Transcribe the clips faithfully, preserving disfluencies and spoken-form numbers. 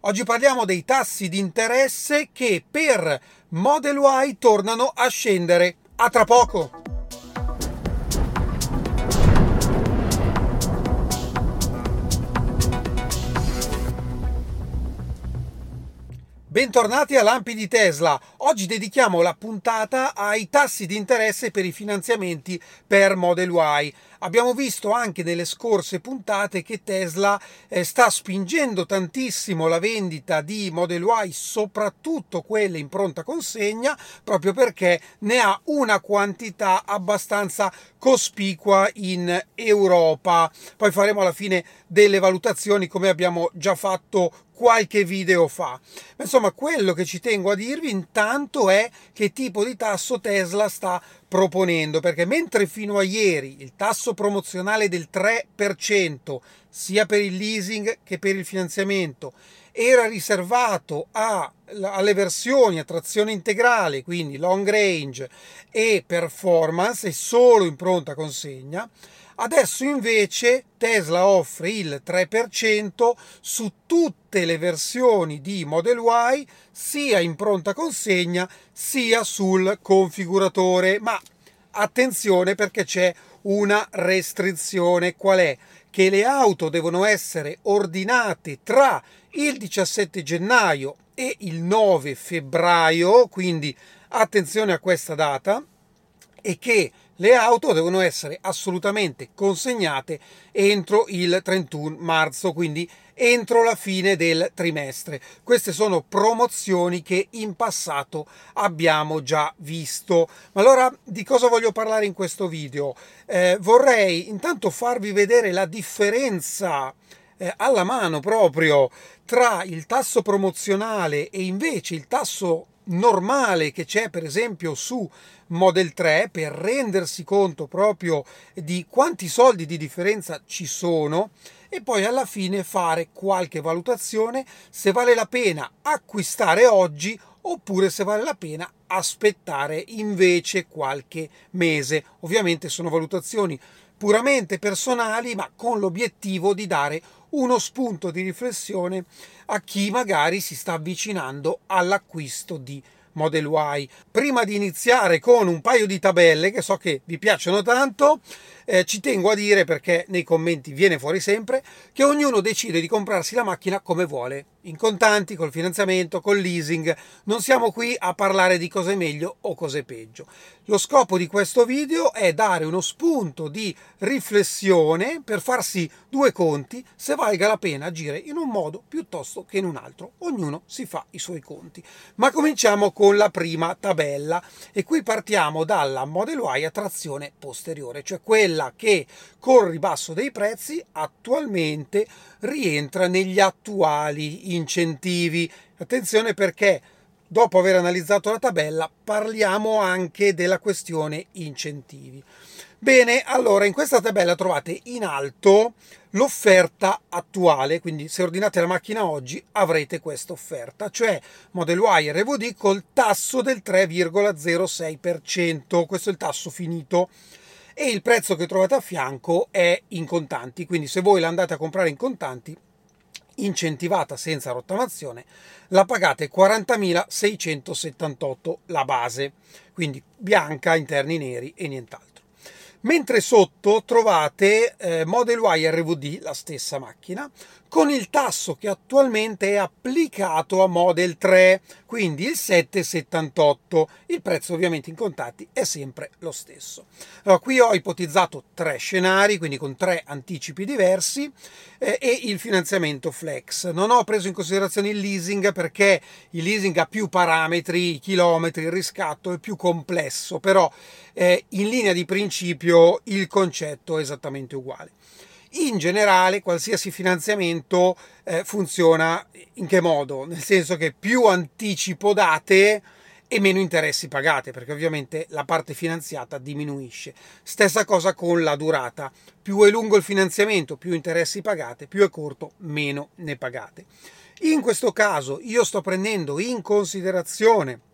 Oggi parliamo dei tassi di interesse che per Model Y tornano a scendere. A tra poco! Bentornati a Lampi di Tesla. Oggi dedichiamo la puntata ai tassi di interesse per i finanziamenti per Model Y. Abbiamo visto anche nelle scorse puntate che Tesla eh, sta spingendo tantissimo la vendita di Model Y, soprattutto quelle in pronta consegna, proprio perché ne ha una quantità abbastanza cospicua in Europa. Poi faremo alla fine delle valutazioni, come abbiamo già fatto qualche video fa. Insomma, quello che ci tengo a dirvi intanto è che tipo di tasso Tesla sta proponendo, perché mentre fino a ieri il tasso promozionale del tre per cento sia per il leasing che per il finanziamento era riservato a, alle versioni a trazione integrale, quindi long range e performance, e solo in pronta consegna, adesso invece Tesla offre il tre per cento su tutte le versioni di Model Y, sia in pronta consegna sia sul configuratore. Ma attenzione, perché c'è una restrizione. Qual è? Che le auto devono essere ordinate tra il diciassette gennaio e il nove febbraio, quindi attenzione a questa data, e che le auto devono essere assolutamente consegnate entro il trentuno marzo, quindi entro la fine del trimestre. Queste sono promozioni che in passato abbiamo già visto. Ma allora di cosa voglio parlare in questo video? Eh, vorrei intanto farvi vedere la differenza eh, alla mano proprio tra il tasso promozionale e invece il tasso normale che c'è per esempio su Model tre, per rendersi conto proprio di quanti soldi di differenza ci sono, e poi alla fine fare qualche valutazione se vale la pena acquistare oggi oppure se vale la pena aspettare invece qualche mese. Ovviamente sono valutazioni puramente personali, ma con l'obiettivo di dare uno spunto di riflessione a chi magari si sta avvicinando all'acquisto di Model Y. Prima di iniziare con un paio di tabelle che so che vi piacciono tanto, eh, ci tengo a dire, perché nei commenti viene fuori sempre, che ognuno decide di comprarsi la macchina come vuole, in contanti, col finanziamento, col leasing. Non siamo qui a parlare di cose meglio o cose peggio. Lo scopo di questo video è dare uno spunto di riflessione per farsi due conti se valga la pena agire in un modo piuttosto che in un altro. Ognuno si fa i suoi conti. Ma cominciamo con la prima tabella, e qui partiamo dalla Model Y a trazione posteriore, cioè quella che col ribasso dei prezzi attualmente rientra negli attuali incentivi. Attenzione, perché dopo aver analizzato la tabella parliamo anche della questione incentivi. Bene, allora in questa tabella trovate in alto l'offerta attuale, quindi se ordinate la macchina oggi avrete questa offerta, cioè Model Y R V D col tasso del tre virgola zero sei per cento, questo è il tasso finito, e il prezzo che trovate a fianco è in contanti, quindi se voi la andate a comprare in contanti incentivata senza rottamazione la pagate quarantamilaseicentosettantotto la base, quindi bianca, interni neri e nient'altro. Mentre sotto trovate eh, Model Y R V D, la stessa macchina, con il tasso che attualmente è applicato a Model tre, quindi il sette virgola settantotto. Il prezzo ovviamente in contanti è sempre lo stesso. Allora, qui ho ipotizzato tre scenari, quindi con tre anticipi diversi, eh, e il finanziamento flex. Non ho preso in considerazione il leasing, perché il leasing ha più parametri, i chilometri, il riscatto è più complesso, però eh, in linea di principio il concetto è esattamente uguale. In generale qualsiasi finanziamento eh, funziona in che modo? Nel senso che più anticipo date e meno interessi pagate, perché ovviamente la parte finanziata diminuisce. Stessa cosa con la durata: più è lungo il finanziamento, più interessi pagate, più è corto, meno ne pagate. In questo caso io sto prendendo in considerazione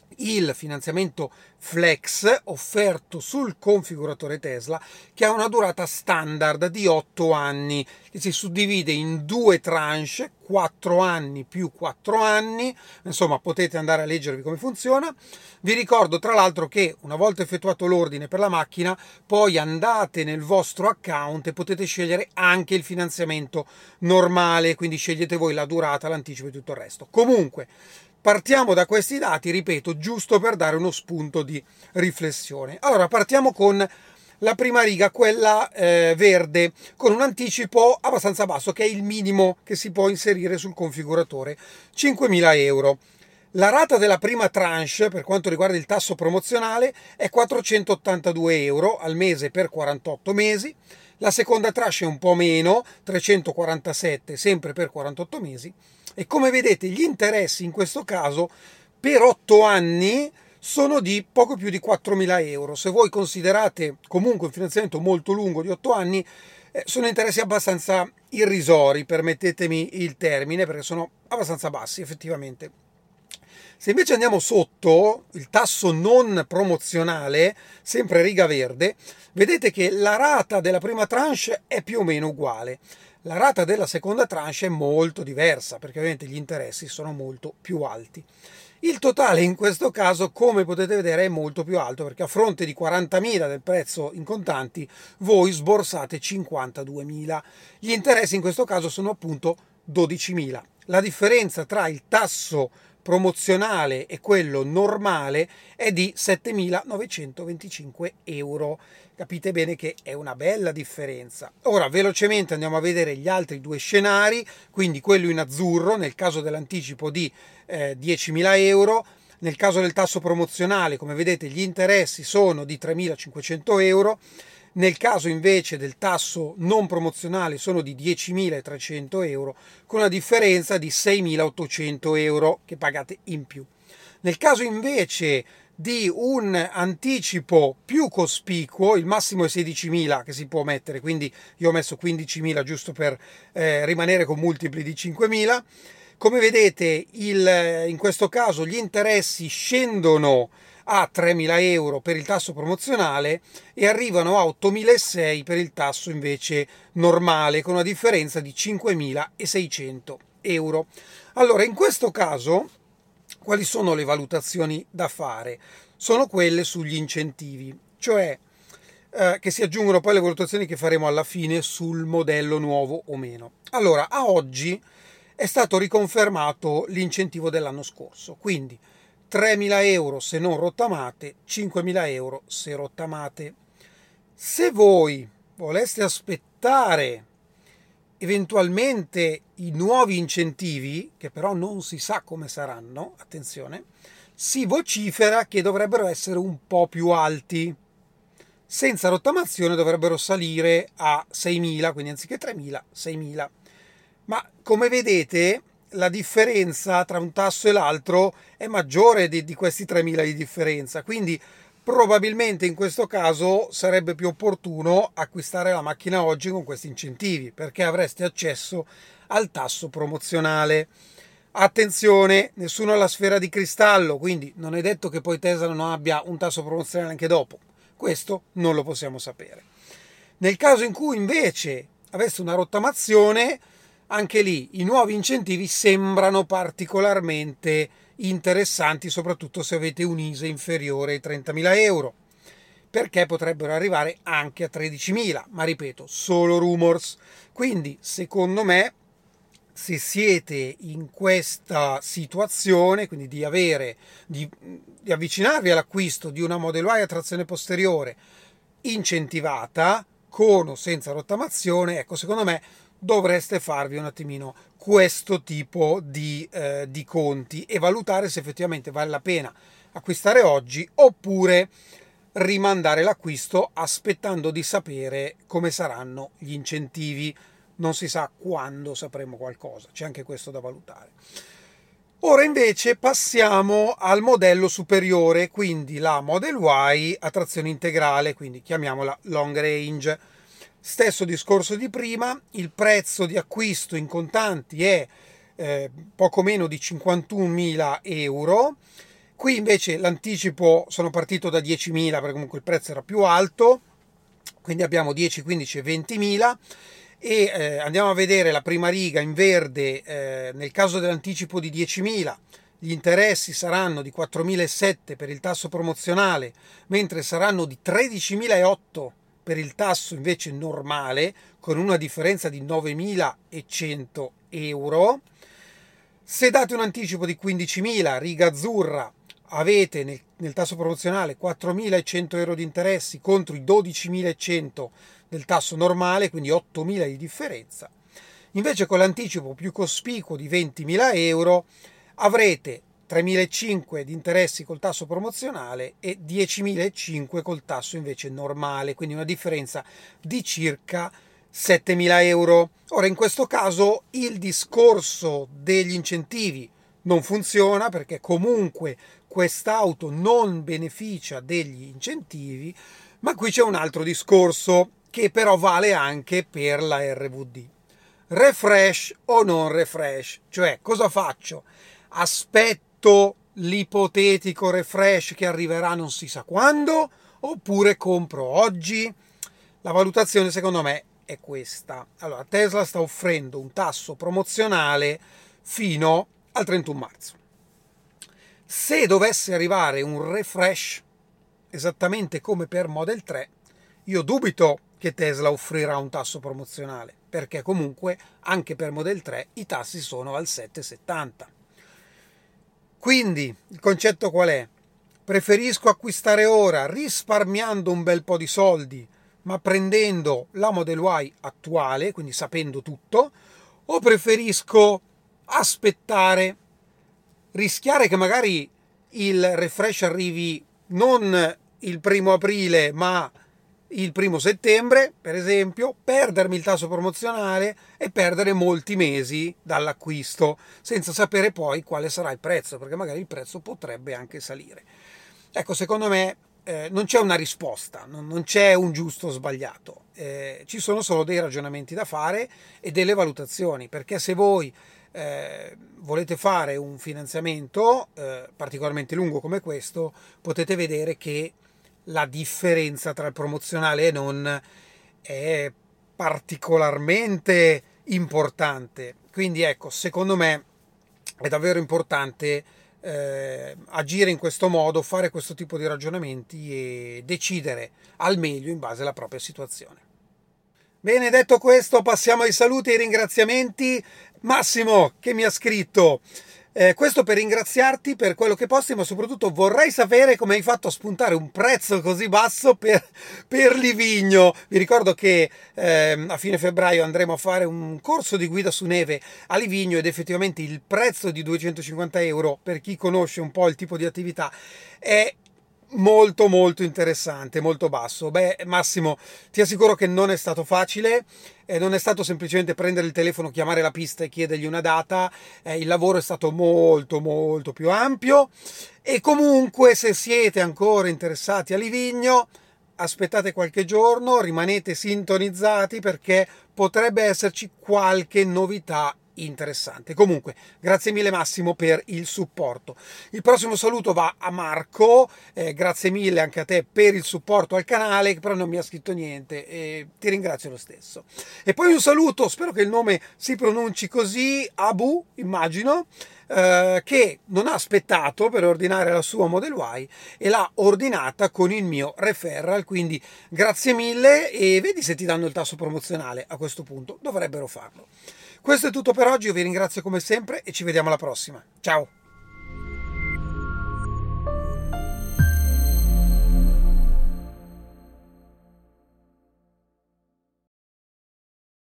il finanziamento Flex offerto sul configuratore Tesla, che ha una durata standard di otto anni, che si suddivide in due tranche, quattro anni più quattro anni. Insomma, potete andare a leggervi come funziona. Vi ricordo tra l'altro che una volta effettuato l'ordine per la macchina, poi andate nel vostro account e potete scegliere anche il finanziamento normale, quindi scegliete voi la durata, l'anticipo e tutto il resto. Comunque, partiamo da questi dati, ripeto, giusto per dare uno spunto di riflessione. Allora, partiamo con la prima riga, quella eh, verde, con un anticipo abbastanza basso, che è il minimo che si può inserire sul configuratore, cinquemila euro. La rata della prima tranche, per quanto riguarda il tasso promozionale, è quattrocentottantadue euro al mese per quarantotto mesi. La seconda tranche è un po' meno, trecentoquarantasette, sempre per quarantotto mesi. E come vedete gli interessi in questo caso per otto anni sono di poco più di quattromila euro. Se voi considerate comunque un finanziamento molto lungo di otto anni, eh, sono interessi abbastanza irrisori, permettetemi il termine, perché sono abbastanza bassi effettivamente. Se invece andiamo sotto il tasso non promozionale, sempre riga verde, vedete che la rata della prima tranche è più o meno uguale. La rata della seconda tranche è molto diversa, perché ovviamente gli interessi sono molto più alti. Il totale in questo caso, come potete vedere, è molto più alto, perché a fronte di quarantamila del prezzo in contanti, voi sborsate cinquantaduemila. Gli interessi in questo caso sono appunto dodicimila. La differenza tra il tasso promozionale e quello normale è di settemilanovecentovantacinque euro. Capite bene che è una bella differenza. Ora velocemente andiamo a vedere gli altri due scenari, quindi quello in azzurro nel caso dell'anticipo di eh, diecimila euro. Nel caso del tasso promozionale, come vedete, gli interessi sono di tremilacinquecento euro. Nel caso invece del tasso non promozionale sono di diecimilatrecento euro, con una differenza di seimilaottocento euro che pagate in più. Nel caso invece di un anticipo più cospicuo, il massimo è sedicimila che si può mettere, quindi io ho messo quindicimila giusto per eh, rimanere con multipli di cinquemila. Come vedete, il, in questo caso gli interessi scendono a tremila euro per il tasso promozionale e arrivano a ottomilaseicento per il tasso invece normale, con una differenza di cinquemilaseicento euro. Allora, in questo caso, quali sono le valutazioni da fare? Sono quelle sugli incentivi, cioè eh, che si aggiungono poi alle valutazioni che faremo alla fine sul modello nuovo o meno. Allora, a oggi è stato riconfermato l'incentivo dell'anno scorso, quindi tremila euro se non rottamate, cinquemila euro se rottamate. Se voi voleste aspettare eventualmente i nuovi incentivi, che però non si sa come saranno, attenzione, si vocifera che dovrebbero essere un po' più alti. Senza rottamazione dovrebbero salire a seimila, quindi anziché tremila, seimila. Ma come vedete la differenza tra un tasso e l'altro è maggiore di, di questi tremila di differenza, quindi probabilmente in questo caso sarebbe più opportuno acquistare la macchina oggi con questi incentivi, perché avreste accesso al tasso promozionale. Attenzione, nessuno ha la sfera di cristallo, quindi non è detto che poi Tesla non abbia un tasso promozionale anche dopo. Questo non lo possiamo sapere. Nel caso in cui invece avesse una rottamazione, anche lì i nuovi incentivi sembrano particolarmente interessanti, soprattutto se avete un I S E inferiore ai trentamila euro, perché potrebbero arrivare anche a tredicimila, ma ripeto, solo rumors. Quindi, secondo me, se siete in questa situazione, quindi di avere, di, di avvicinarvi all'acquisto di una Model Y a trazione posteriore incentivata, con o senza rottamazione, ecco, secondo me dovreste farvi un attimino questo tipo di, eh, di conti e valutare se effettivamente vale la pena acquistare oggi oppure rimandare l'acquisto aspettando di sapere come saranno gli incentivi. Non si sa quando sapremo qualcosa, c'è anche questo da valutare. Ora invece passiamo al modello superiore, quindi la Model Y a trazione integrale, quindi chiamiamola long range. Stesso discorso di prima, il prezzo di acquisto in contanti è eh, poco meno di cinquantunomila euro Qui invece l'anticipo sono partito da diecimila perché comunque il prezzo era più alto, quindi abbiamo dieci, quindici e ventimila. E eh, andiamo a vedere la prima riga in verde. Eh, nel caso dell'anticipo di diecimila gli interessi saranno di quattromilasettecento per il tasso promozionale, mentre saranno di tredicimilaottocento per il tasso invece normale, con una differenza di novemilacento euro. Se date un anticipo di quindicimila, riga azzurra, avete nel, nel tasso promozionale quattromilacento euro di interessi contro i dodicimilacento del tasso normale, quindi ottomila di differenza. Invece con l'anticipo più cospicuo di ventimila euro avrete tremilacinquecento di interessi col tasso promozionale e diecimilacinquecento col tasso invece normale, quindi una differenza di circa settemila euro. Ora, in questo caso il discorso degli incentivi non funziona perché comunque quest'auto non beneficia degli incentivi, ma qui c'è un altro discorso che però vale anche per la R V D. Refresh o non refresh? Cioè, cosa faccio? Aspetto l'ipotetico refresh che arriverà non si sa quando, oppure compro oggi? La valutazione secondo me è questa. Allora, Tesla sta offrendo un tasso promozionale fino al trentuno marzo. Se dovesse arrivare un refresh, esattamente come per Model tre, io dubito che Tesla offrirà un tasso promozionale, perché comunque anche per Model tre i tassi sono al sette virgola settanta. Quindi il concetto qual è? Preferisco acquistare ora risparmiando un bel po' di soldi, ma prendendo la Model Y attuale, quindi sapendo tutto, o preferisco aspettare, rischiare che magari il refresh arrivi non il primo aprile ma il primo settembre, per esempio, perdermi il tasso promozionale e perdere molti mesi dall'acquisto senza sapere poi quale sarà il prezzo, perché magari il prezzo potrebbe anche salire. Ecco, secondo me eh, non c'è una risposta, non, non c'è un giusto o sbagliato, eh, ci sono solo dei ragionamenti da fare e delle valutazioni, perché se voi eh, volete fare un finanziamento eh, particolarmente lungo come questo, potete vedere che la differenza tra il promozionale e non è particolarmente importante. Quindi ecco, secondo me è davvero importante eh, agire in questo modo, fare questo tipo di ragionamenti e decidere al meglio in base alla propria situazione. Bene, detto questo, passiamo ai saluti e ai ringraziamenti. Massimo, che mi ha scritto: Eh, questo per ringraziarti per quello che posti, ma soprattutto vorrei sapere come hai fatto a spuntare un prezzo così basso per, per Livigno. Vi ricordo che eh, a fine febbraio andremo a fare un corso di guida su neve a Livigno ed effettivamente il prezzo di duecentocinquanta euro, per chi conosce un po' il tipo di attività, è molto molto interessante, molto basso. Beh, Massimo, ti assicuro che non è stato facile, eh, non è stato semplicemente prendere il telefono, chiamare la pista e chiedergli una data, eh, il lavoro è stato molto molto più ampio e comunque se siete ancora interessati a Livigno aspettate qualche giorno, rimanete sintonizzati perché potrebbe esserci qualche novità interessante. Comunque, grazie mille Massimo per il supporto. Il prossimo saluto va a Marco, eh, grazie mille anche a te per il supporto al canale, che però non mi ha scritto niente e ti ringrazio lo stesso. E poi un saluto, spero che il nome si pronunci così, Abu, immagino, eh, che non ha aspettato per ordinare la sua Model Y e l'ha ordinata con il mio referral, quindi grazie mille e vedi se ti danno il tasso promozionale. A questo punto dovrebbero farlo. Questo è tutto per oggi, io vi ringrazio come sempre e ci vediamo alla prossima. Ciao!